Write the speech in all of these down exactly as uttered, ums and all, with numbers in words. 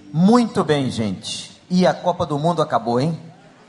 Muito bem, gente. E a Copa do Mundo acabou, hein?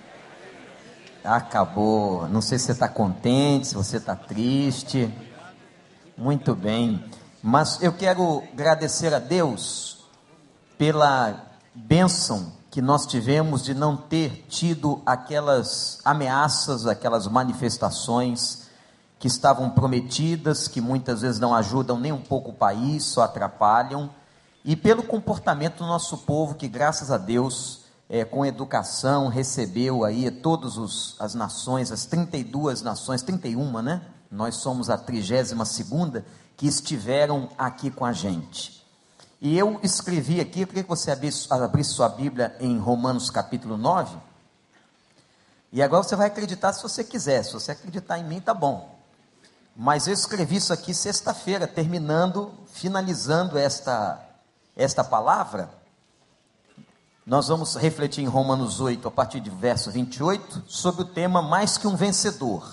Acabou. Não sei se você está contente, se você está triste. Muito bem. Mas eu quero agradecer a Deus pela bênção que nós tivemos de não ter tido aquelas ameaças, aquelas manifestações que estavam prometidas, que muitas vezes não ajudam nem um pouco o país, só atrapalham, e pelo comportamento do nosso povo, que graças a Deus, é, com educação, recebeu aí todas os, as nações, as trinta e duas nações, trinta e uma, né? Nós somos a trigésima segunda, que estiveram aqui com a gente. E eu escrevi aqui, eu queria que você abrisse, abrisse sua Bíblia em Romanos capítulo nove, e agora você vai acreditar se você quiser, se você acreditar em mim, tá bom. Mas eu escrevi isso aqui sexta-feira, terminando, finalizando esta, esta palavra. Nós vamos refletir em Romanos oito, a partir de verso vinte e oito, sobre o tema mais que um vencedor.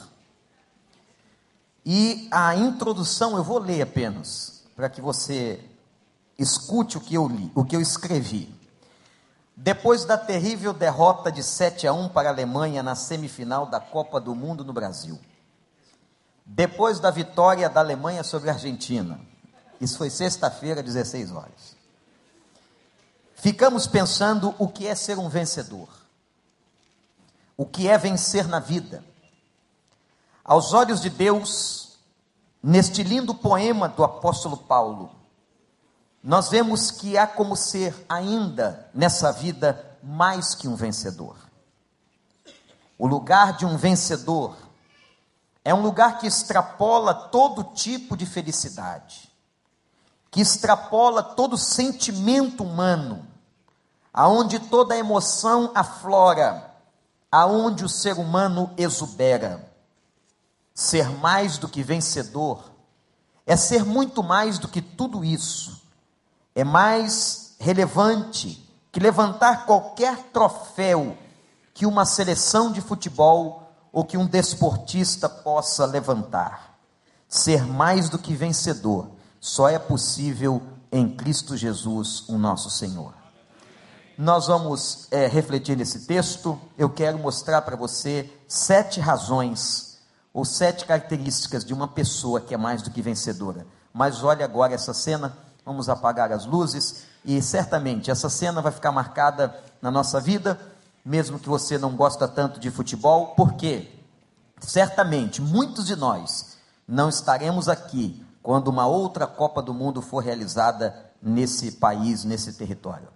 E a introdução eu vou ler apenas, para que você escute o que eu li, o que eu escrevi. Depois da terrível derrota de sete a um para a Alemanha na semifinal da Copa do Mundo no Brasil, depois da vitória da Alemanha sobre a Argentina, isso foi sexta-feira, dezesseis horas, ficamos pensando o que é ser um vencedor, o que é vencer na vida. Aos olhos de Deus, neste lindo poema do apóstolo Paulo, nós vemos que há como ser ainda nessa vida mais que um vencedor. O lugar de um vencedor é um lugar que extrapola todo tipo de felicidade, que extrapola todo sentimento humano, aonde toda emoção aflora, aonde o ser humano exubera. Ser mais do que vencedor é ser muito mais do que tudo isso. É mais relevante que levantar qualquer troféu que uma seleção de futebol ou que um desportista possa levantar. Ser mais do que vencedor só é possível em Cristo Jesus, o nosso Senhor. Nós vamos é, refletir nesse texto. Eu quero mostrar para você sete razões ou sete características de uma pessoa que é mais do que vencedora. Mas olha agora essa cena. Vamos apagar as luzes e certamente essa cena vai ficar marcada na nossa vida, mesmo que você não gosta tanto de futebol, porque certamente muitos de nós não estaremos aqui quando uma outra Copa do Mundo for realizada nesse país, nesse território.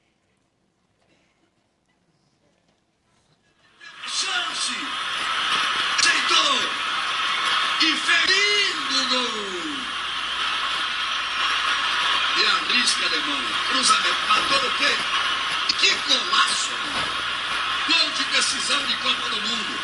Chance! Deitou! E ferindo gol! E arrisca a Alemanha, cruzamento, matou no peito, que golaço, gol de decisão de Copa do Mundo,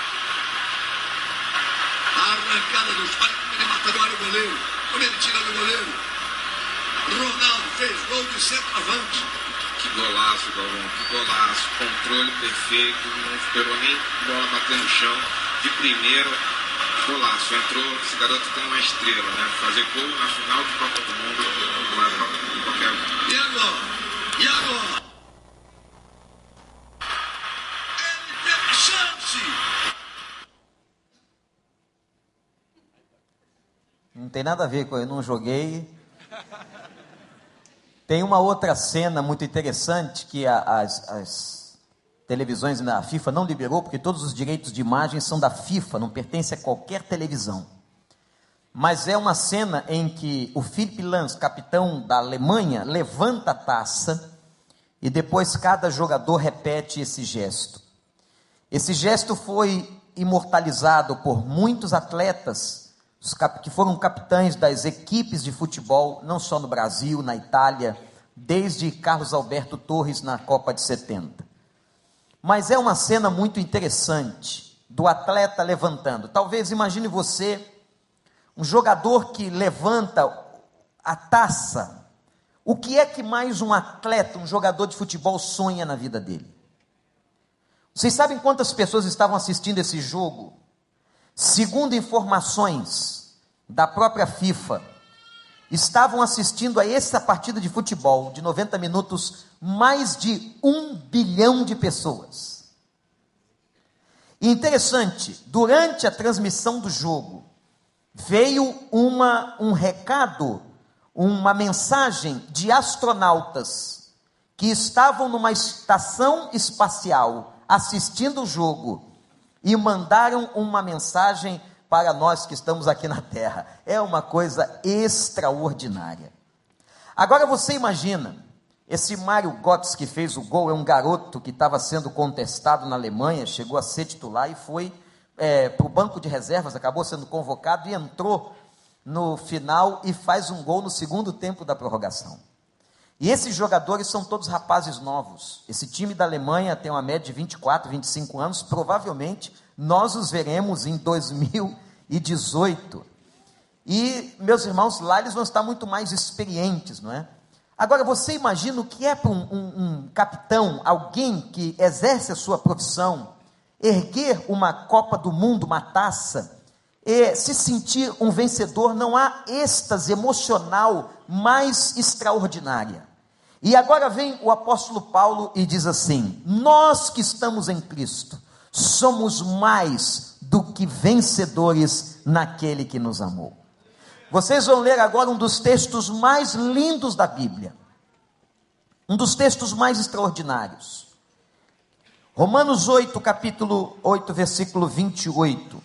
a arrancada dos pais, como ele matou, olha o goleiro, como ele tira do goleiro, Ronaldo fez gol de centroavante. Que golaço, Galvão, que golaço, controle perfeito, não esperou nem bola bater no chão, de primeira, golaço, entrou, esse garoto tem uma estrela, né, fazer gol na final de Copa do Mundo, não qualquer um. E agora? E agora? Ele teve a chance! Não tem nada a ver com eu não joguei. Tem uma outra cena muito interessante que a, as, as televisões da FIFA não liberou, porque todos os direitos de imagem são da FIFA, não pertence a qualquer televisão. Mas é uma cena em que o Philipp Lahm, capitão da Alemanha, levanta a taça e depois cada jogador repete esse gesto. Esse gesto foi imortalizado por muitos atletas os cap, que foram capitães das equipes de futebol, não só no Brasil, na Itália, desde Carlos Alberto Torres na Copa de setenta. Mas é uma cena muito interessante do atleta levantando. Talvez imagine você, um jogador que levanta a taça. O que é que mais um atleta, um jogador de futebol sonha na vida dele? Vocês sabem quantas pessoas estavam assistindo esse jogo? Segundo informações da própria FIFA, estavam assistindo a essa partida de futebol de noventa minutos mais de um bilhão de pessoas. E interessante, durante a transmissão do jogo, veio uma, um recado, uma mensagem de astronautas que estavam numa estação espacial assistindo o jogo e mandaram uma mensagem para nós que estamos aqui na Terra. É uma coisa extraordinária. Agora você imagina, esse Mário Götze que fez o gol, é um garoto que estava sendo contestado na Alemanha, chegou a ser titular e foi é, para o banco de reservas, acabou sendo convocado e entrou no final e faz um gol no segundo tempo da prorrogação. E esses jogadores são todos rapazes novos. Esse time da Alemanha tem uma média de vinte e quatro, vinte e cinco anos, provavelmente nós os veremos em dois mil e dezoito. E, meus irmãos, lá eles vão estar muito mais experientes, não é? Agora, você imagina o que é para um, um, um capitão, alguém que exerce a sua profissão, erguer uma Copa do Mundo, uma taça, e se sentir um vencedor. Não há êxtase emocional mais extraordinária. E agora vem o apóstolo Paulo e diz assim: nós que estamos em Cristo, somos mais do que vencedores naquele que nos amou. Vocês vão ler agora um dos textos mais lindos da Bíblia, um dos textos mais extraordinários. Romanos oito, capítulo oito, versículo vinte e oito.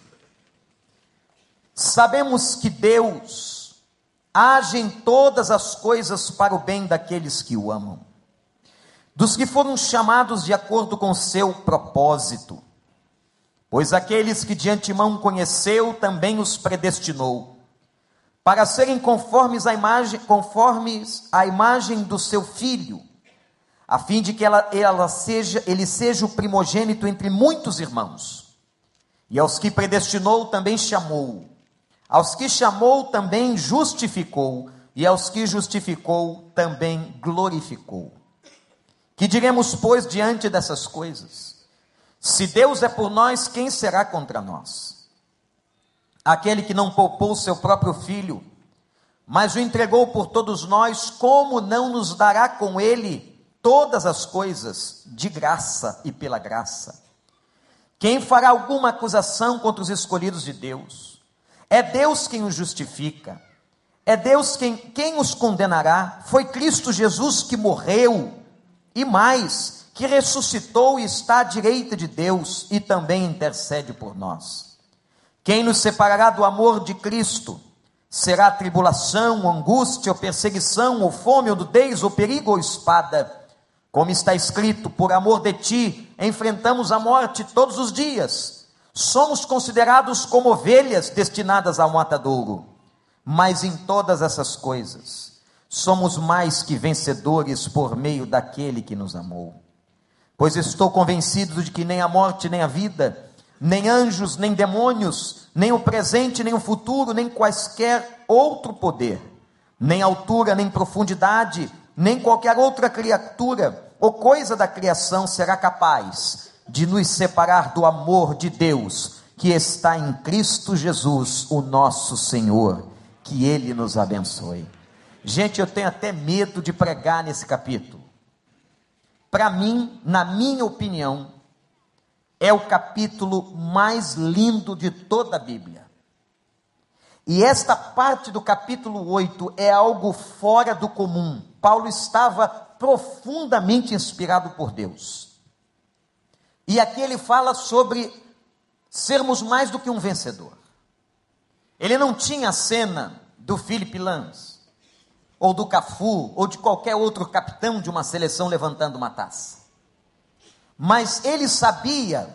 Sabemos que Deus age em todas as coisas para o bem daqueles que o amam, dos que foram chamados de acordo com o seu propósito. Pois aqueles que de antemão conheceu, também os predestinou, para serem conformes à imagem, conformes à imagem do seu Filho, a fim de que ela, ela seja, ele seja o primogênito entre muitos irmãos. E aos que predestinou, também chamou. Aos que chamou, também justificou. E aos que justificou, também glorificou. Que diremos, pois, diante dessas coisas? Se Deus é por nós, quem será contra nós? Aquele que não poupou seu próprio filho, mas o entregou por todos nós, como não nos dará com ele todas as coisas de graça e pela graça? Quem fará alguma acusação contra os escolhidos de Deus? É Deus quem os justifica. É Deus quem, quem os condenará. Foi Cristo Jesus que morreu, e mais, que ressuscitou e está à direita de Deus e também intercede por nós. Quem nos separará do amor de Cristo? Será tribulação, ou angústia, ou perseguição, ou fome, ou nudez, ou perigo, ou espada? Como está escrito: por amor de ti, enfrentamos a morte todos os dias. Somos considerados como ovelhas destinadas ao matadouro. Mas em todas essas coisas, somos mais que vencedores por meio daquele que nos amou. Pois estou convencido de que nem a morte, nem a vida, nem anjos, nem demônios, nem o presente, nem o futuro, nem quaisquer outro poder, nem altura, nem profundidade, nem qualquer outra criatura ou coisa da criação será capaz de nos separar do amor de Deus que está em Cristo Jesus, o nosso Senhor. Que Ele nos abençoe. Gente, eu tenho até medo de pregar nesse capítulo. Para mim, na minha opinião, é o capítulo mais lindo de toda a Bíblia. E esta parte do capítulo oito é algo fora do comum. Paulo estava profundamente inspirado por Deus. E aqui ele fala sobre sermos mais do que um vencedor. Ele não tinha a cena do Felipe Lans, ou do Cafu, ou de qualquer outro capitão de uma seleção levantando uma taça. Mas ele sabia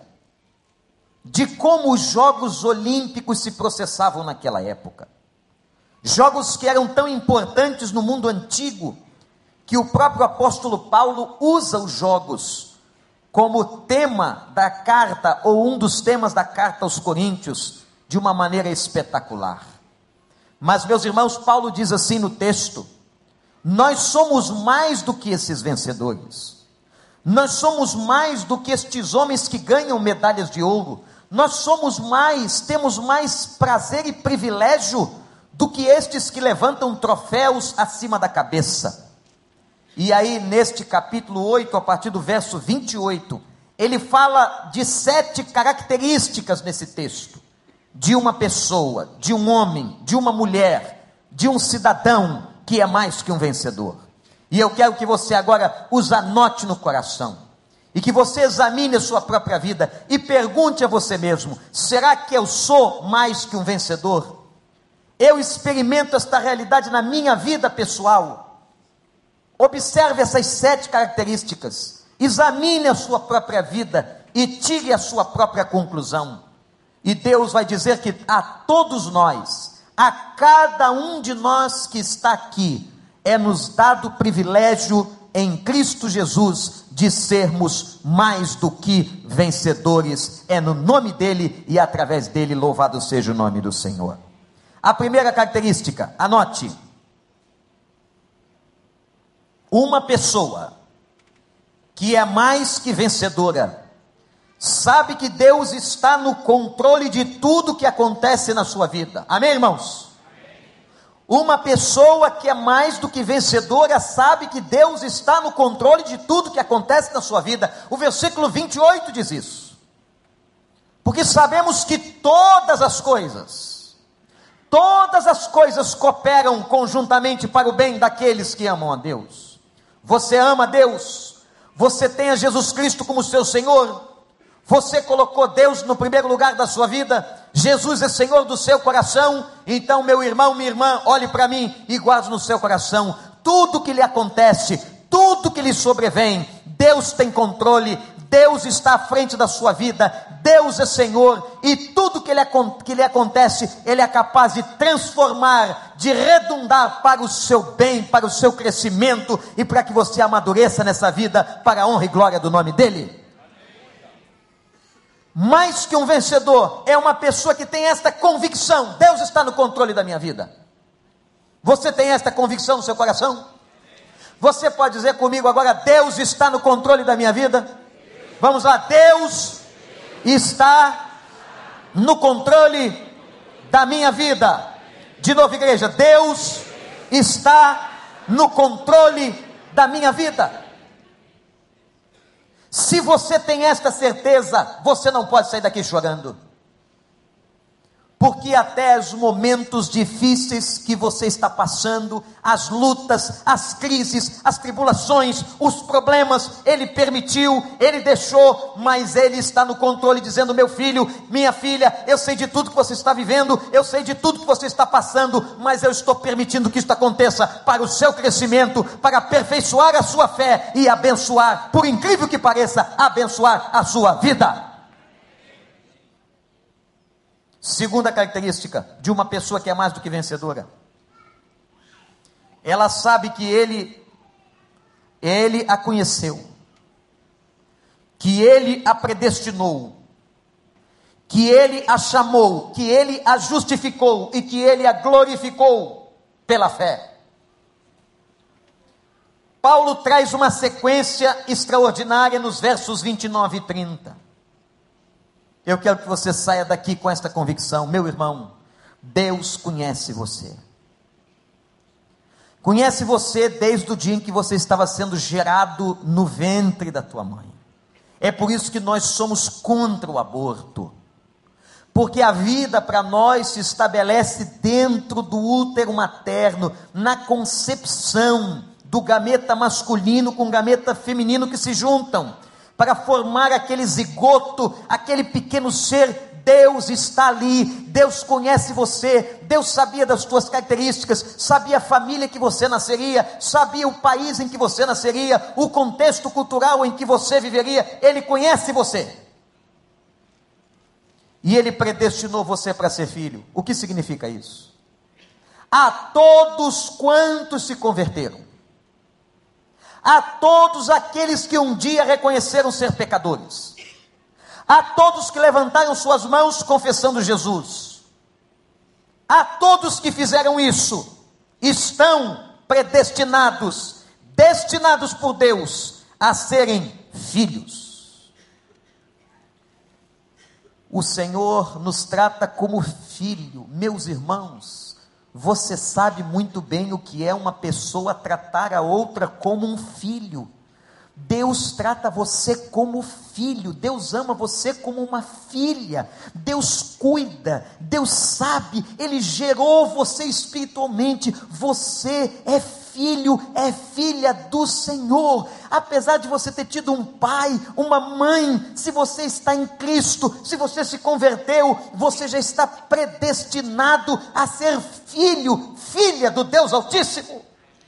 de como os Jogos Olímpicos se processavam naquela época. Jogos que eram tão importantes no mundo antigo, que o próprio apóstolo Paulo usa os jogos como tema da carta, ou um dos temas da carta aos Coríntios, de uma maneira espetacular. Mas, meus irmãos, Paulo diz assim no texto: nós somos mais do que esses vencedores. Nós somos mais do que estes homens que ganham medalhas de ouro. Nós somos mais, temos mais prazer e privilégio do que estes que levantam troféus acima da cabeça. E aí, neste capítulo oito, a partir do verso vinte e oito, ele fala de sete características nesse texto, de uma pessoa, de um homem, de uma mulher, de um cidadão que é mais que um vencedor. E eu quero que você agora os anote no coração, e que você examine a sua própria vida, e pergunte a você mesmo: será que eu sou mais que um vencedor? Eu experimento esta realidade na minha vida pessoal? Observe essas sete características, examine a sua própria vida, e tire a sua própria conclusão. E Deus vai dizer que a todos nós, a cada um de nós que está aqui, é nos dado o privilégio em Cristo Jesus de sermos mais do que vencedores. É no nome dele e através dele, louvado seja o nome do Senhor. A primeira característica, anote: uma pessoa que é mais que vencedora sabe que Deus está no controle de tudo que acontece na sua vida. Amém, irmãos? Uma pessoa que é mais do que vencedora sabe que Deus está no controle de tudo que acontece na sua vida. O versículo vinte e oito diz isso. Porque sabemos que todas as coisas, todas as coisas cooperam conjuntamente para o bem daqueles que amam a Deus. Você ama a Deus, você tem a Jesus Cristo como seu Senhor, você colocou Deus no primeiro lugar da sua vida, Jesus é Senhor do seu coração. Então, meu irmão, minha irmã, olhe para mim e guarde no seu coração: tudo que lhe acontece, tudo que lhe sobrevém, Deus tem controle, Deus está à frente da sua vida, Deus é Senhor, e tudo que lhe, que lhe acontece, Ele é capaz de transformar, de redundar para o seu bem, para o seu crescimento, e para que você amadureça nessa vida, para a honra e glória do nome dEle. Mais que um vencedor é uma pessoa que tem esta convicção: Deus está no controle da minha vida. Você tem esta convicção no seu coração? Você pode dizer comigo agora: Deus está no controle da minha vida? Vamos lá: Deus está no controle da minha vida. De novo, igreja: Deus está no controle da minha vida. Se você tem esta certeza, você não pode sair daqui chorando, porque até os momentos difíceis que você está passando, as lutas, as crises, as tribulações, os problemas, Ele permitiu, Ele deixou, mas Ele está no controle, dizendo: meu filho, minha filha, eu sei de tudo que você está vivendo, eu sei de tudo que você está passando, mas eu estou permitindo que isto aconteça para o seu crescimento, para aperfeiçoar a sua fé e abençoar, por incrível que pareça, abençoar a sua vida. Segunda característica de uma pessoa que é mais do que vencedora: ela sabe que Ele, Ele a conheceu, que Ele a predestinou, que Ele a chamou, que Ele a justificou e que Ele a glorificou pela fé. Paulo traz uma sequência extraordinária nos versos vinte e nove e trinta. Eu quero que você saia daqui com esta convicção: meu irmão, Deus conhece você. Conhece você desde o dia em que você estava sendo gerado no ventre da tua mãe. É por isso que nós somos contra o aborto, porque a vida para nós se estabelece dentro do útero materno, na concepção do gameta masculino com o gameta feminino que se juntam para formar aquele zigoto, aquele pequeno ser. Deus está ali, Deus conhece você, Deus sabia das tuas características, sabia a família que você nasceria, sabia o país em que você nasceria, o contexto cultural em que você viveria. Ele conhece você, e Ele predestinou você para ser filho. O que significa isso? A todos quantos se converteram, a todos aqueles que um dia reconheceram ser pecadores, a todos que levantaram suas mãos confessando Jesus, a todos que fizeram isso, estão predestinados, destinados por Deus a serem filhos. O Senhor nos trata como filho. Meus irmãos, Você sabe muito bem o que é uma pessoa tratar a outra como um filho. Deus trata você como filho, Deus ama você como uma filha, Deus cuida, Deus sabe, Ele gerou você espiritualmente, você é filho, é filha do Senhor. Apesar de você ter tido um pai, uma mãe, se você está em Cristo, se você se converteu, você já está predestinado a ser filho, filha do Deus Altíssimo.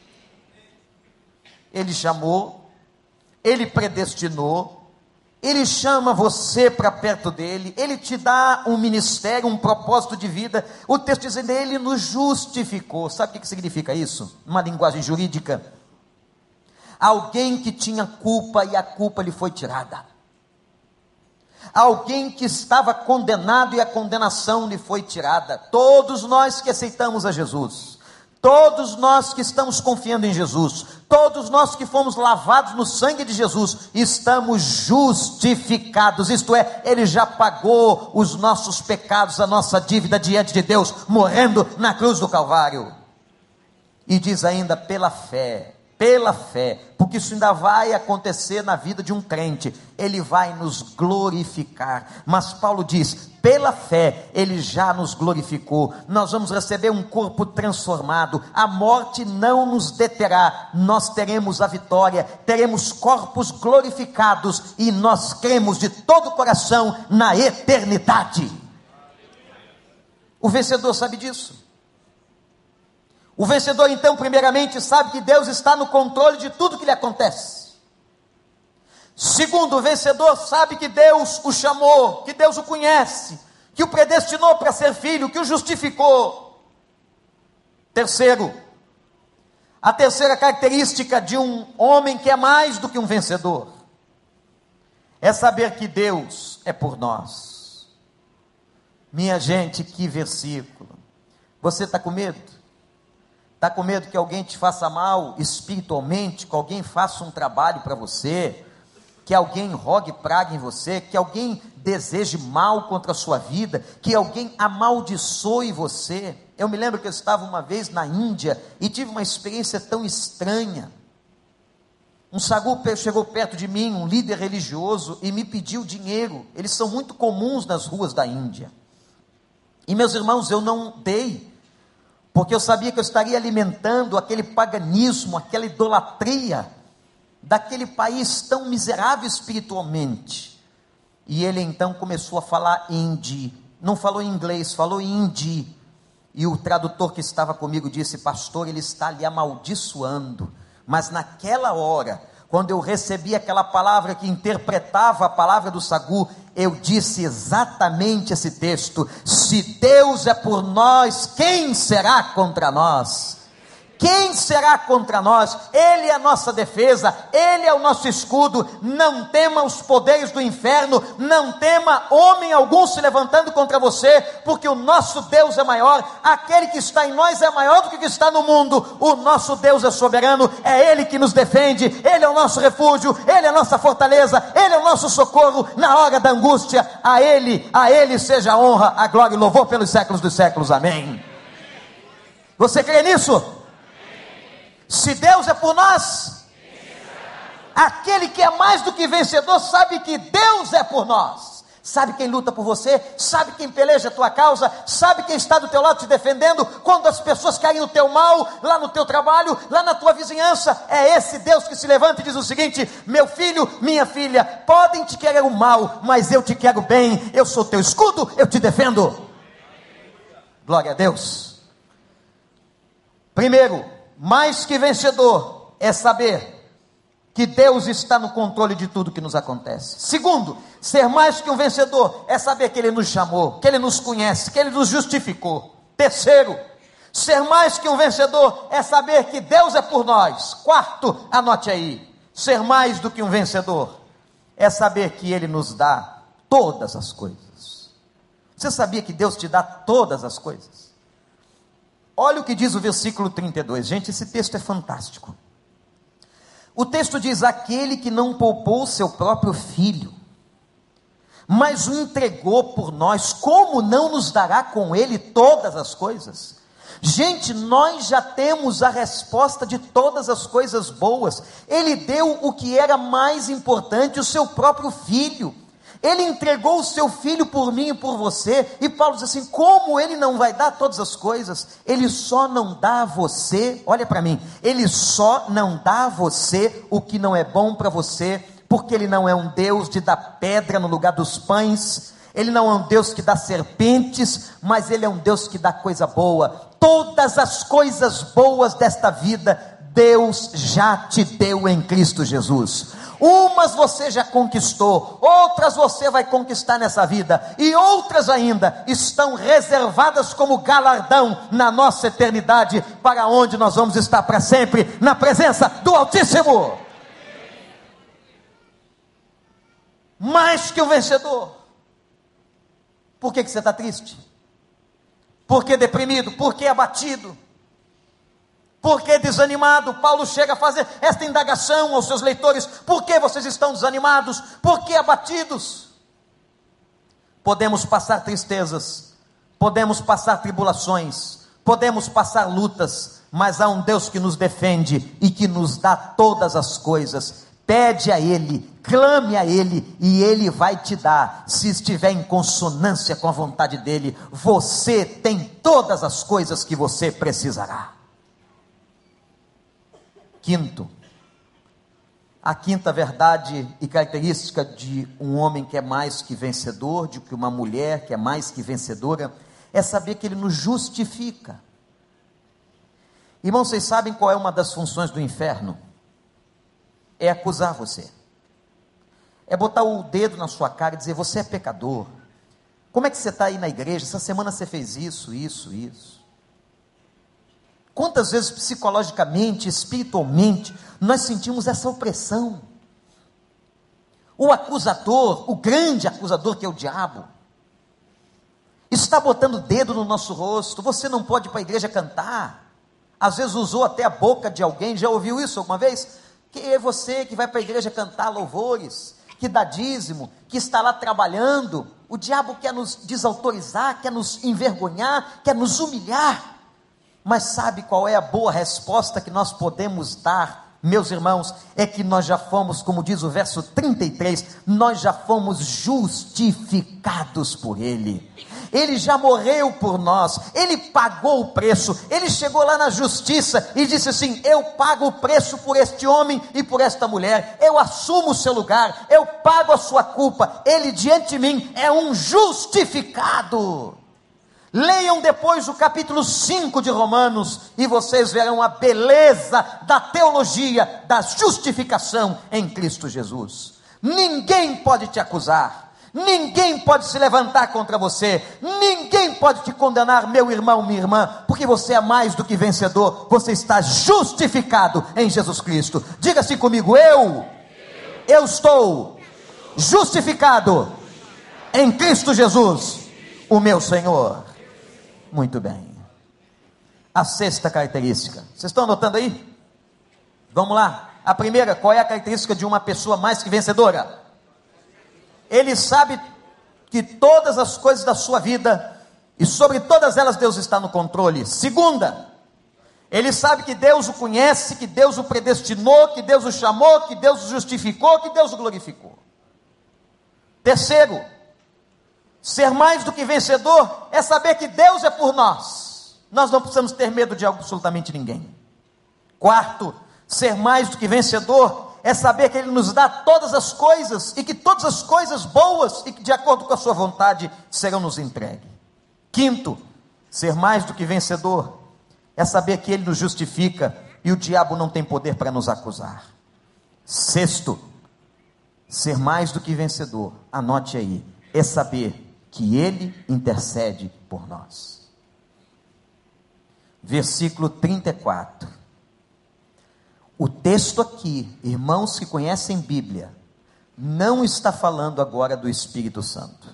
Ele chamou, Ele predestinou, Ele chama você para perto dEle, Ele te dá um ministério, um propósito de vida. O texto diz, Ele nos justificou. Sabe o que significa isso? Uma linguagem jurídica. Alguém que tinha culpa e a culpa lhe foi tirada. Alguém que estava condenado e a condenação lhe foi tirada. Todos nós que aceitamos a Jesus, todos nós que estamos confiando em Jesus, todos nós que fomos lavados no sangue de Jesus, estamos justificados, isto é, Ele já pagou os nossos pecados, a nossa dívida diante de Deus, morrendo na cruz do Calvário. E diz ainda, pela fé, pela fé, porque isso ainda vai acontecer na vida de um crente, Ele vai nos glorificar. Mas Paulo diz, pela fé, Ele já nos glorificou, nós vamos receber um corpo transformado, a morte não nos deterá, nós teremos a vitória, teremos corpos glorificados, e nós cremos de todo o coração na eternidade. O vencedor sabe disso. O vencedor então primeiramente sabe que Deus está no controle de tudo que lhe acontece. Segundo, o vencedor sabe que Deus o chamou, que Deus o conhece, que o predestinou para ser filho, que o justificou. Terceiro, a terceira característica de um homem que é mais do que um vencedor, é saber que Deus é por nós. Minha gente, que versículo. Você está com medo? Está com medo que alguém te faça mal espiritualmente, que alguém faça um trabalho para você, que alguém rogue praga em você, que alguém deseje mal contra a sua vida, que alguém amaldiçoe você? Eu me lembro que eu estava uma vez na Índia e tive uma experiência tão estranha. Um sagu chegou perto de mim, um líder religioso, e me pediu dinheiro. Eles são muito comuns nas ruas da Índia. E meus irmãos, eu não dei, porque eu sabia que eu estaria alimentando aquele paganismo, aquela idolatria, daquele país tão miserável espiritualmente. E ele então começou a falar hindi, não falou em inglês, falou em hindi, e o tradutor que estava comigo disse, pastor, ele está lhe amaldiçoando. Mas naquela hora, quando eu recebi aquela palavra que interpretava a palavra do sagu, eu disse exatamente esse texto, se Deus é por nós, quem será contra nós? Quem será contra nós? Ele é a nossa defesa, Ele é o nosso escudo. Não tema os poderes do inferno, não tema homem algum se levantando contra você, porque o nosso Deus é maior, aquele que está em nós é maior do que o que está no mundo. O nosso Deus é soberano, é Ele que nos defende, Ele é o nosso refúgio, Ele é a nossa fortaleza, Ele é o nosso socorro na hora da angústia. A Ele, a Ele seja a honra, a glória e o louvor pelos séculos dos séculos, amém. Você crê nisso? Se Deus é por nós, aquele que é mais do que vencedor sabe que Deus é por nós. Sabe quem luta por você, sabe quem peleja a tua causa, sabe quem está do teu lado te defendendo, quando as pessoas querem o teu mal, lá no teu trabalho, lá na tua vizinhança. É esse Deus que se levanta e diz o seguinte, meu filho, minha filha, podem te querer o mal, mas eu te quero bem, eu sou teu escudo, eu te defendo. Glória a Deus. Primeiro, mais que vencedor, é saber que Deus está no controle de tudo que nos acontece. Segundo, ser mais que um vencedor, é saber que Ele nos chamou, que Ele nos conhece, que Ele nos justificou. Terceiro, ser mais que um vencedor, é saber que Deus é por nós. Quarto, anote aí, ser mais do que um vencedor, é saber que Ele nos dá todas as coisas. Você sabia que Deus te dá todas as coisas? Olha o que diz o versículo trinta e dois, gente, esse texto é fantástico. O texto diz, aquele que não poupou seu próprio filho, mas o entregou por nós, como não nos dará com ele todas as coisas? Gente, nós já temos a resposta de todas as coisas boas. Ele deu o que era mais importante, o seu próprio filho. Ele entregou o seu filho por mim e por você. E Paulo diz assim: como ele não vai dar todas as coisas? Ele só não dá a você, olha para mim, ele só não dá a você o que não é bom para você, porque ele não é um Deus de dar pedra no lugar dos pães. Ele não é um Deus que dá serpentes, mas ele é um Deus que dá coisa boa. Todas as coisas boas desta vida, Deus já te deu em Cristo Jesus. Umas você já conquistou, outras você vai conquistar nessa vida, e outras ainda estão reservadas como galardão na nossa eternidade, para onde nós vamos estar para sempre, na presença do Altíssimo. Mais que um vencedor. Por que que você está triste? Por que deprimido? Por que abatido? Por que desanimado? Paulo chega a fazer esta indagação aos seus leitores: por que vocês estão desanimados? Por que abatidos? Podemos passar tristezas, podemos passar tribulações, podemos passar lutas, mas há um Deus que nos defende e que nos dá todas as coisas. Pede a Ele, clame a Ele, e Ele vai te dar, se estiver em consonância com a vontade dEle. Você tem todas as coisas que você precisará. Quinto, a quinta verdade e característica de um homem que é mais que vencedor, de que uma mulher que é mais que vencedora, é saber que ele nos justifica. Irmãos, vocês sabem qual é uma das funções do inferno? É acusar você, é botar o dedo na sua cara e dizer: você é pecador, como é que você está aí na igreja, essa semana você fez isso, isso, isso. Quantas vezes psicologicamente, espiritualmente, nós sentimos essa opressão? O acusador, o grande acusador que é o diabo, está botando o dedo no nosso rosto: você não pode ir para a igreja cantar. Às vezes usou até a boca de alguém. Já ouviu isso alguma vez? Que é você que vai para a igreja cantar louvores, que dá dízimo, que está lá trabalhando. O diabo quer nos desautorizar, quer nos envergonhar, quer nos humilhar. Mas sabe qual é a boa resposta que nós podemos dar, meus irmãos? É que nós já fomos, como diz o verso trinta e três, nós já fomos justificados por Ele. Ele já morreu por nós, Ele pagou o preço. Ele chegou lá na justiça e disse assim: eu pago o preço por este homem e por esta mulher, eu assumo o seu lugar, eu pago a sua culpa. Ele diante de mim é um justificado. Leiam depois o capítulo cinco de Romanos e vocês verão a beleza da teologia da justificação em Cristo Jesus. Ninguém pode te acusar, ninguém pode se levantar contra você, ninguém pode te condenar, meu irmão, minha irmã, porque você é mais do que vencedor. Você está justificado em Jesus Cristo. Diga assim comigo: eu, eu estou justificado em Cristo Jesus, o meu Senhor. Muito bem. A sexta característica, vocês estão anotando aí? Vamos lá. A primeira, qual é a característica de uma pessoa mais que vencedora? Ele sabe que todas as coisas da sua vida, e sobre todas elas Deus está no controle. Segunda, ele sabe que Deus o conhece, que Deus o predestinou, que Deus o chamou, que Deus o justificou, que Deus o glorificou. Terceiro, ser mais do que vencedor é saber que Deus é por nós. Nós não precisamos ter medo de absolutamente ninguém. Quarto, ser mais do que vencedor é saber que Ele nos dá todas as coisas, e que todas as coisas boas, e que de acordo com a sua vontade, serão nos entregues. Quinto, ser mais do que vencedor é saber que Ele nos justifica, e o diabo não tem poder para nos acusar. Sexto, ser mais do que vencedor, anote aí, é saber que Ele intercede por nós. Versículo trinta e quatro. O texto aqui, irmãos que conhecem Bíblia, não está falando agora do Espírito Santo.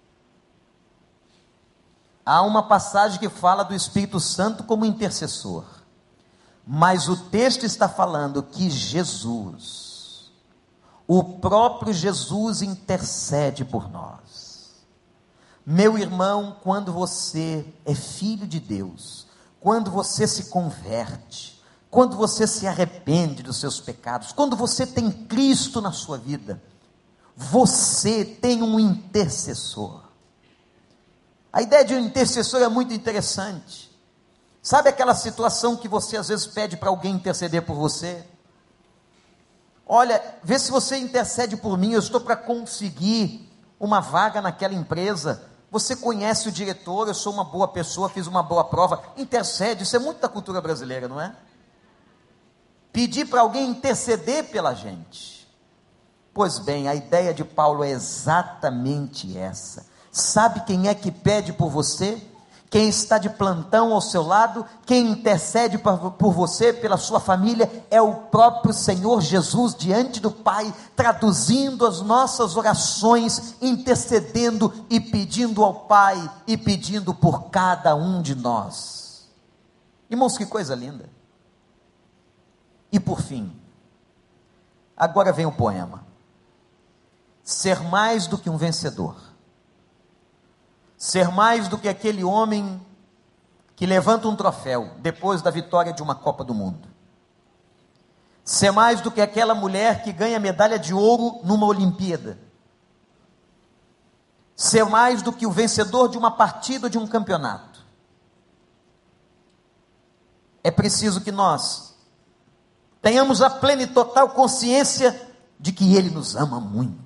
Há uma passagem que fala do Espírito Santo como intercessor, mas o texto está falando que Jesus, o próprio Jesus, intercede por nós. Meu irmão, quando você é filho de Deus, quando você se converte, quando você se arrepende dos seus pecados, quando você tem Cristo na sua vida, você tem um intercessor. A ideia de um intercessor é muito interessante. Sabe aquela situação que você às vezes pede para alguém interceder por você? Olha, vê se você intercede por mim, eu estou para conseguir uma vaga naquela empresa. Você conhece o diretor, eu sou uma boa pessoa, fiz uma boa prova. Intercede, isso é muito da cultura brasileira, não é? Pedir para alguém interceder pela gente. Pois bem, a ideia de Paulo é exatamente essa. Sabe quem é que pede por você? Quem está de plantão ao seu lado, quem intercede por você, pela sua família, é o próprio Senhor Jesus diante do Pai, traduzindo as nossas orações, intercedendo e pedindo ao Pai, e pedindo por cada um de nós. Irmãos, que coisa linda. E por fim, agora vem o poema. Ser mais do que um vencedor. Ser mais do que aquele homem que levanta um troféu depois da vitória de uma Copa do Mundo. Ser mais do que aquela mulher que ganha medalha de ouro numa Olimpíada. Ser mais do que o vencedor de uma partida ou de um campeonato. É preciso que nós tenhamos a plena e total consciência de que Ele nos ama muito.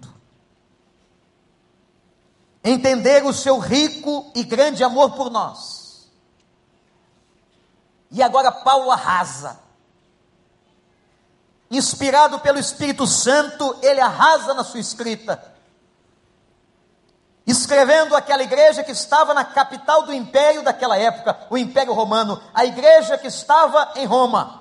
Entender o seu rico e grande amor por nós. E agora Paulo arrasa. Inspirado pelo Espírito Santo, ele arrasa na sua escrita. Escrevendo aquela igreja que estava na capital do império daquela época, o Império Romano, a igreja que estava em Roma.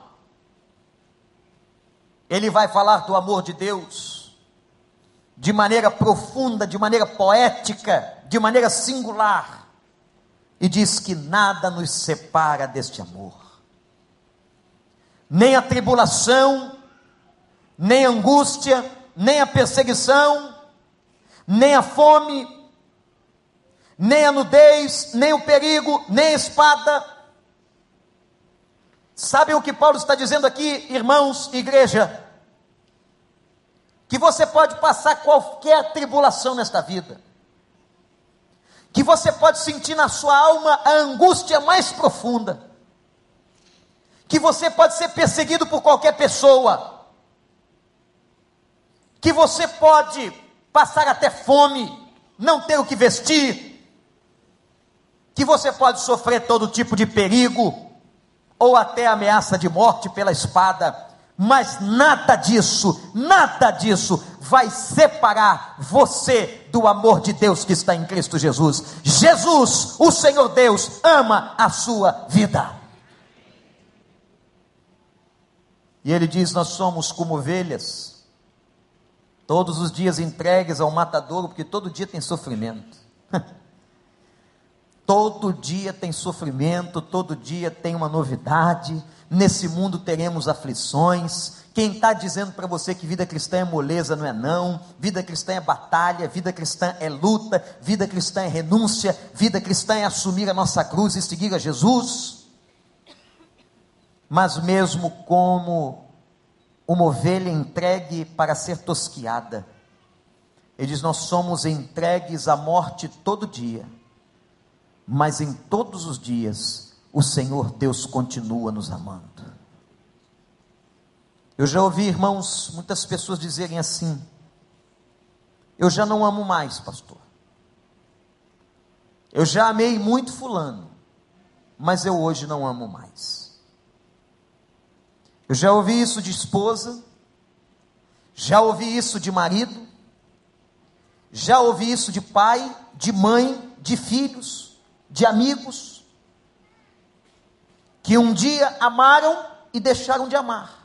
Ele vai falar do amor de Deus, de maneira profunda, de maneira poética, de maneira singular, e diz que nada nos separa deste amor, nem a tribulação, nem a angústia, nem a perseguição, nem a fome, nem a nudez, nem o perigo, nem a espada. Sabem o que Paulo está dizendo aqui, irmãos, igreja? Que você pode passar qualquer tribulação nesta vida, que você pode sentir na sua alma a angústia mais profunda, que você pode ser perseguido por qualquer pessoa, que você pode passar até fome, não ter o que vestir, que você pode sofrer todo tipo de perigo, ou até ameaça de morte pela espada, mas nada disso, nada disso vai separar você do amor de Deus que está em Cristo Jesus. Jesus, o Senhor Deus, ama a sua vida. E ele diz: nós somos como ovelhas, todos os dias entregues ao matadouro, porque todo dia tem sofrimento. Todo dia tem sofrimento, todo dia tem uma novidade. Nesse mundo teremos aflições. Quem está dizendo para você que vida cristã é moleza, não é não. Vida cristã é batalha, vida cristã é luta, vida cristã é renúncia, vida cristã é assumir a nossa cruz e seguir a Jesus. Mas mesmo como uma ovelha entregue para ser tosquiada, ele diz: nós somos entregues à morte todo dia, mas em todos os dias o Senhor Deus continua nos amando. Eu já ouvi, irmãos, muitas pessoas dizerem assim: eu já não amo mais, pastor. Eu já amei muito fulano, mas eu hoje não amo mais. Eu já ouvi isso de esposa, já ouvi isso de marido, já ouvi isso de pai, de mãe, de filhos, de amigos, que um dia amaram e deixaram de amar.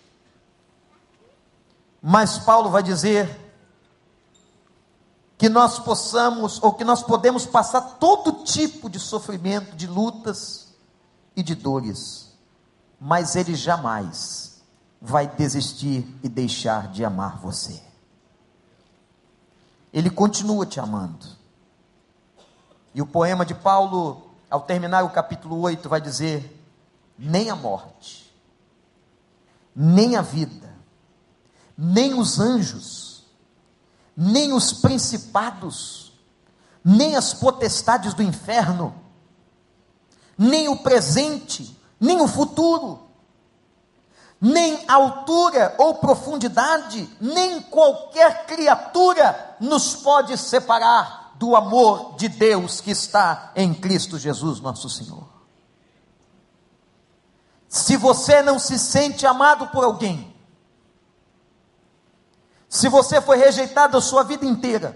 Mas Paulo vai dizer que nós possamos, ou que nós podemos passar todo tipo de sofrimento, de lutas e de dores, mas ele jamais vai desistir e deixar de amar você. Ele continua te amando. E o poema de Paulo, ao terminar o capítulo oito, vai dizer: nem a morte, nem a vida, nem os anjos, nem os principados, nem as potestades do inferno, nem o presente, nem o futuro, nem altura ou profundidade, nem qualquer criatura nos pode separar do amor de Deus que está em Cristo Jesus nosso Senhor. Se você não se sente amado por alguém, se você foi rejeitado a sua vida inteira,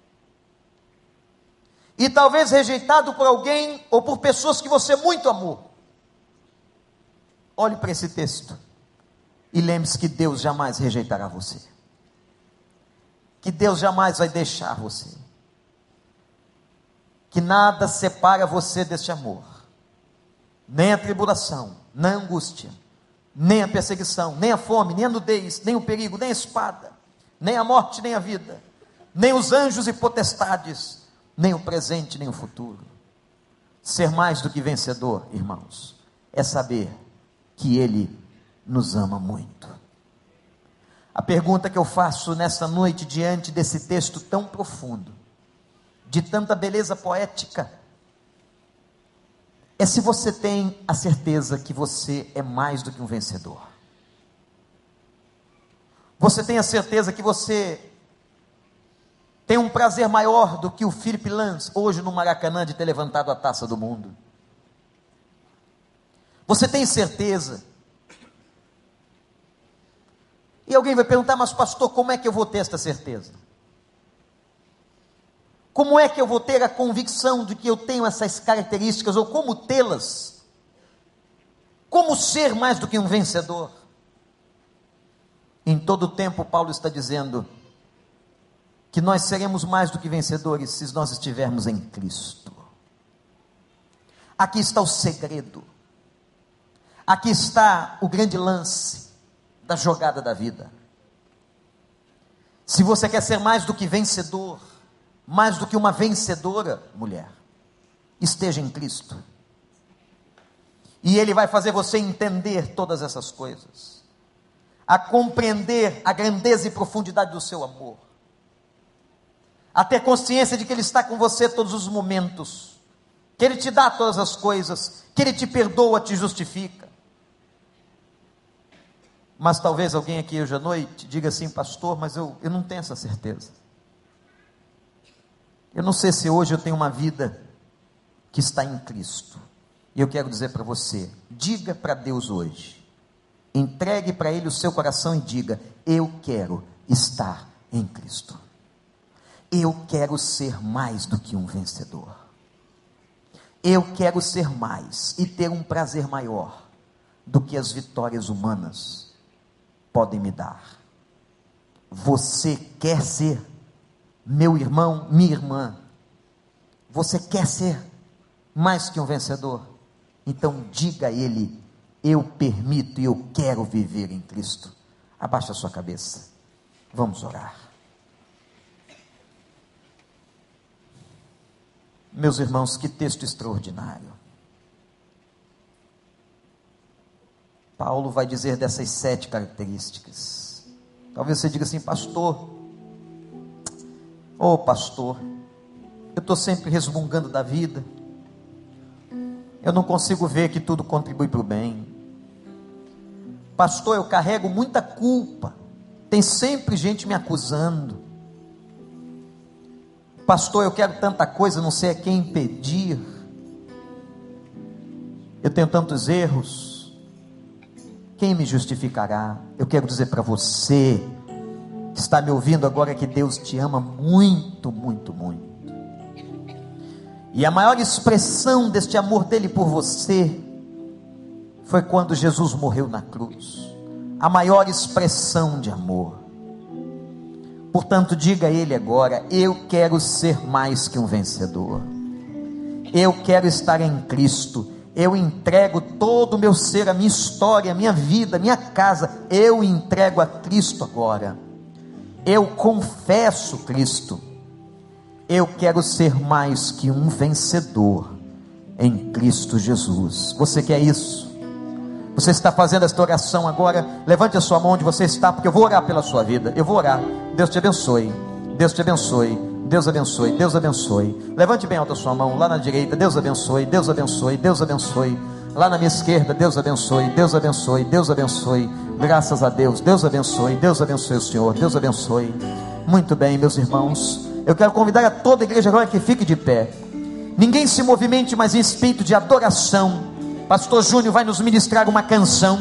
e talvez rejeitado por alguém ou por pessoas que você muito amou, olhe para esse texto e lembre-se que Deus jamais rejeitará você, que Deus jamais vai deixar você, que nada separa você deste amor, nem a tribulação, nem a angústia, nem a perseguição, nem a fome, nem a nudez, nem o perigo, nem a espada, nem a morte, nem a vida, nem os anjos e potestades, nem o presente, nem o futuro. Ser mais do que vencedor, irmãos, é saber que Ele nos ama muito. A pergunta que eu faço nesta noite, diante desse texto tão profundo, de tanta beleza poética, é se você tem a certeza que você é mais do que um vencedor. Você tem a certeza que você tem um prazer maior do que o Felipe Lans, hoje no Maracanã, de ter levantado a taça do mundo. Você tem certeza. E alguém vai perguntar, mas pastor, como é que eu vou ter esta certeza? Como é que eu vou ter a convicção de que eu tenho essas características, ou como tê-las? Como ser mais do que um vencedor? Em todo o tempo, Paulo está dizendo que nós seremos mais do que vencedores se nós estivermos em Cristo. Aqui está o segredo. Aqui está o grande lance da jogada da vida. Se você quer ser mais do que vencedor, mais do que uma vencedora, mulher, esteja em Cristo. E Ele vai fazer você entender todas essas coisas, a compreender a grandeza e profundidade do seu amor, a ter consciência de que Ele está com você todos os momentos, que Ele te dá todas as coisas, que Ele te perdoa, te justifica. Mas talvez alguém aqui hoje à noite diga assim, pastor, mas eu, eu não tenho essa certeza. Eu não sei se hoje eu tenho uma vida que está em Cristo. E eu quero dizer para você, diga para Deus hoje, entregue para Ele o seu coração e diga, eu quero estar em Cristo. Eu quero ser mais do que um vencedor. Eu quero ser mais e ter um prazer maior do que as vitórias humanas podem me dar. Você quer ser, meu irmão, minha irmã, você quer ser mais que um vencedor? Então diga a Ele, eu permito e eu quero viver em Cristo. Abaixa a sua cabeça, vamos orar. Meus irmãos, que texto extraordinário. Paulo vai dizer dessas sete características. Talvez você diga assim, pastor, ô oh, pastor, eu estou sempre resmungando da vida, eu não consigo ver que tudo contribui para o bem. Pastor, eu carrego muita culpa, tem sempre gente me acusando. Pastor, eu quero tanta coisa, não sei a quem impedir. Eu tenho tantos erros, quem me justificará? Eu quero dizer para você, que está me ouvindo agora, que Deus te ama muito, muito, muito. E a maior expressão deste amor dele por você, foi quando Jesus morreu na cruz. A maior expressão de amor. Portanto, diga a Ele agora, eu quero ser mais que um vencedor. Eu quero estar em Cristo. Eu entrego todo o meu ser, a minha história, a minha vida, a minha casa. Eu entrego a Cristo agora. Eu confesso Cristo. Eu quero ser mais que um vencedor em Cristo Jesus. Você quer isso? Você está fazendo esta oração agora? Levante a sua mão onde você está, porque eu vou orar pela sua vida. Eu vou orar. Deus te abençoe. Deus te abençoe. Deus abençoe. Deus abençoe. Levante bem alta a sua mão. Lá na direita, Deus abençoe. Deus abençoe. Deus abençoe. Lá na minha esquerda, Deus abençoe. Deus abençoe. Deus abençoe. Graças a Deus. Deus abençoe. Deus abençoe o Senhor. Deus abençoe. Muito bem, meus irmãos. Eu quero convidar a toda a igreja agora que fique de pé. Ninguém se movimente, mas em espírito de adoração. Pastor Júnior vai nos ministrar uma canção.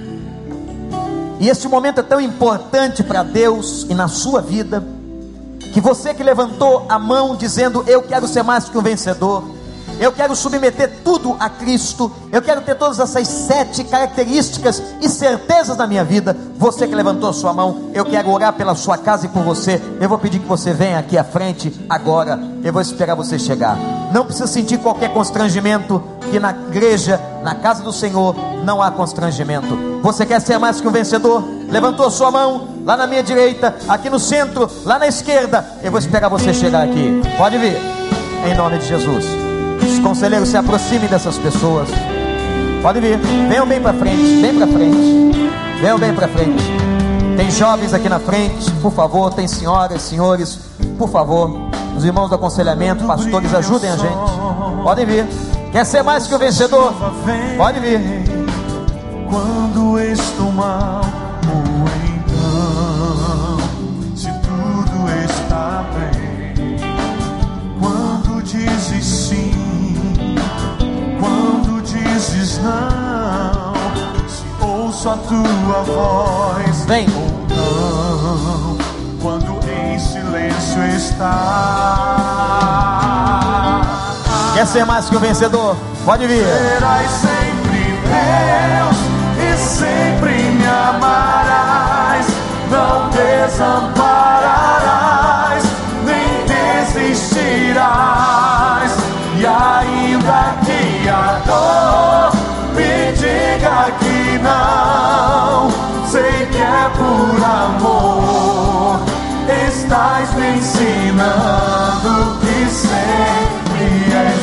E este momento é tão importante para Deus e na sua vida, que você que levantou a mão dizendo: eu quero ser mais que um vencedor, eu quero submeter tudo a Cristo, eu quero ter todas essas sete características e certezas na minha vida. Você que levantou a sua mão, eu quero orar pela sua casa e por você. Eu vou pedir que você venha aqui à frente agora. Eu vou esperar você chegar. Não precisa sentir qualquer constrangimento, que na igreja, na casa do Senhor, não há constrangimento. Você quer ser mais que um vencedor? Levantou a sua mão, lá na minha direita, aqui no centro, lá na esquerda. Eu vou esperar você chegar aqui. Pode vir, em nome de Jesus. Os conselheiros, se aproximem dessas pessoas. Pode vir, venham bem para frente, bem para frente. Venham bem para frente. Tem jovens aqui na frente, por favor. Tem senhoras, senhores, por favor. Os irmãos do aconselhamento, pastores, ajudem a gente. Podem vir. Quer ser mais que o vencedor? Pode vir. Quando estou mal, ou então, se tudo está bem. Quando dizes sim, quando dizes não, se ouço a tua voz, vem. Ou não, quando em silêncio está. Quer ser mais que o vencedor? Pode vir. Serás sempre Deus e sempre me amarás. Não desampararás, nem desistirás. E ainda que a dor me diga que não, sei que é por amor. Estás me ensinando que sempre és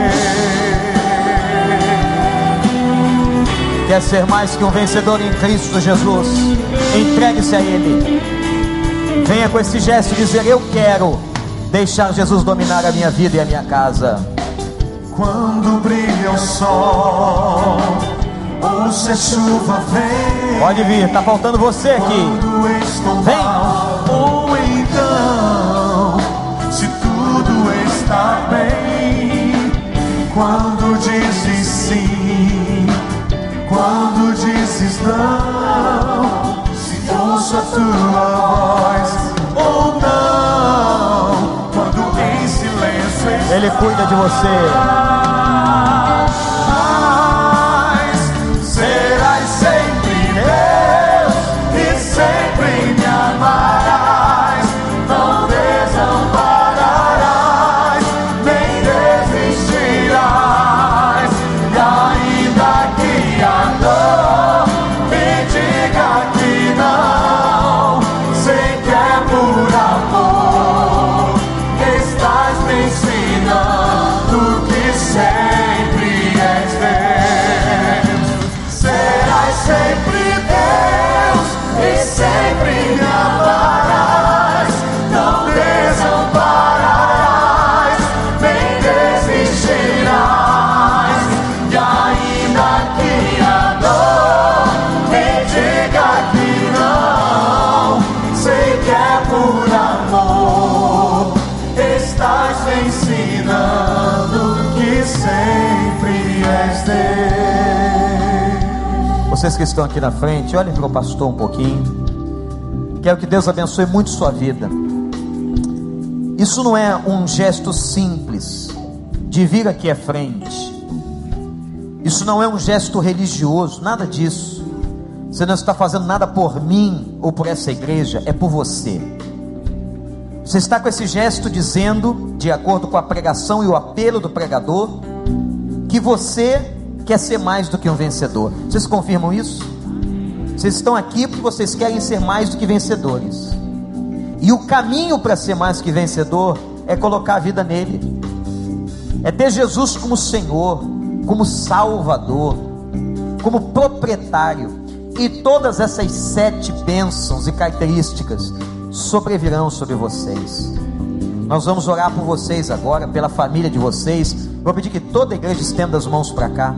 Deus. Quer ser mais que um vencedor em Cristo Jesus? Entregue-se a Ele. Venha com esse gesto dizer: eu quero deixar Jesus dominar a minha vida e a minha casa. Quando brilha o sol, ou se a chuva vem, pode vir, está faltando você aqui. Quando estou vem. Mal, ou então, se tudo está bem. Quando dizes sim, quando dizes não, se ouço a tua voz, ou não, quando em silêncio está. Ele cuida de você. Mas serás sempre Deus e sempre me amarás. Não desampararás, nem desistirás. E ainda que a dor me diga que não, sei que é por amor. Estás me ensinando que sempre és Deus. Serás sempre Deus e sempre me amarás. Não desampararás, nem desistirás. E ainda que a dor me diga que não, sei que é por amor. Estás me ensinando que sempre és Deus. Vocês que estão aqui na frente, olhem para o pastor um pouquinho. Quero que Deus abençoe muito sua vida. Isso não é um gesto simples de vir aqui à frente. Isso não é um gesto religioso, nada disso. Você não está fazendo nada por mim ou por essa igreja, é por você. Você está com esse gesto dizendo, de acordo com a pregação e o apelo do pregador, que você quer ser mais do que um vencedor. Vocês confirmam isso? Vocês estão aqui porque vocês querem ser mais do que vencedores. E o caminho para ser mais que vencedor é colocar a vida nele. É ter Jesus como Senhor, como Salvador. como proprietário, e todas essas sete bênçãos e características sobrevirão sobre vocês. Nós vamos orar por vocês agora, pela família de vocês. Vou pedir que toda a igreja estenda as mãos para cá.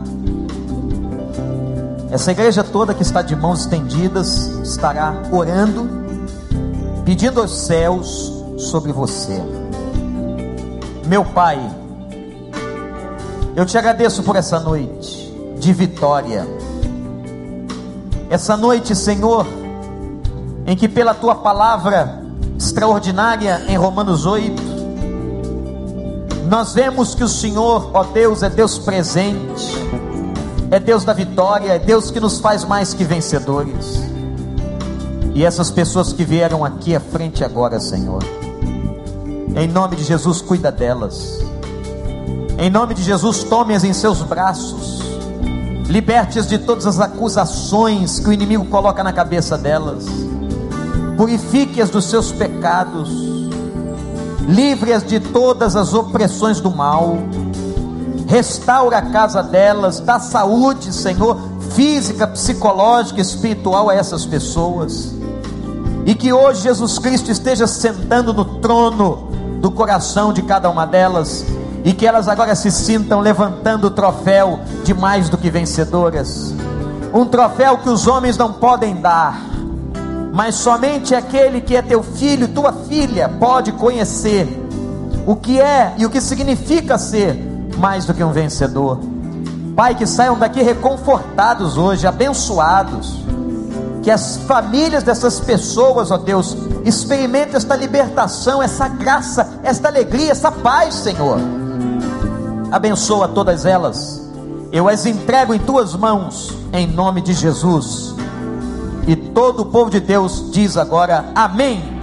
Essa igreja toda que está de mãos estendidas estará orando, pedindo aos céus sobre você. Meu Pai, eu te agradeço por essa noite de vitória, essa noite, Senhor, em que pela tua palavra extraordinária em Romanos oito, nós vemos que o Senhor, ó Deus, é Deus presente, é Deus da vitória, é Deus que nos faz mais que vencedores. E essas pessoas que vieram aqui à frente agora, Senhor, em nome de Jesus, cuida delas. Em nome de Jesus, tome-as em seus braços, liberte-as de todas as acusações que o inimigo coloca na cabeça delas, purifique-as dos seus pecados, livre-as de todas as opressões do mal, restaura a casa delas, dá saúde, Senhor, física, psicológica, espiritual a essas pessoas, e que hoje Jesus Cristo esteja sentando no trono do coração de cada uma delas, e que elas agora se sintam levantando o troféu de mais do que vencedoras, um troféu que os homens não podem dar, mas somente aquele que é teu filho, tua filha, pode conhecer o que é e o que significa ser mais do que um vencedor. Pai, que saiam daqui reconfortados hoje, abençoados, que as famílias dessas pessoas, ó Deus, experimentem esta libertação, essa graça, esta alegria, essa paz, Senhor. Abençoa todas elas, eu as entrego em tuas mãos, em nome de Jesus. E todo o povo de Deus diz agora amém.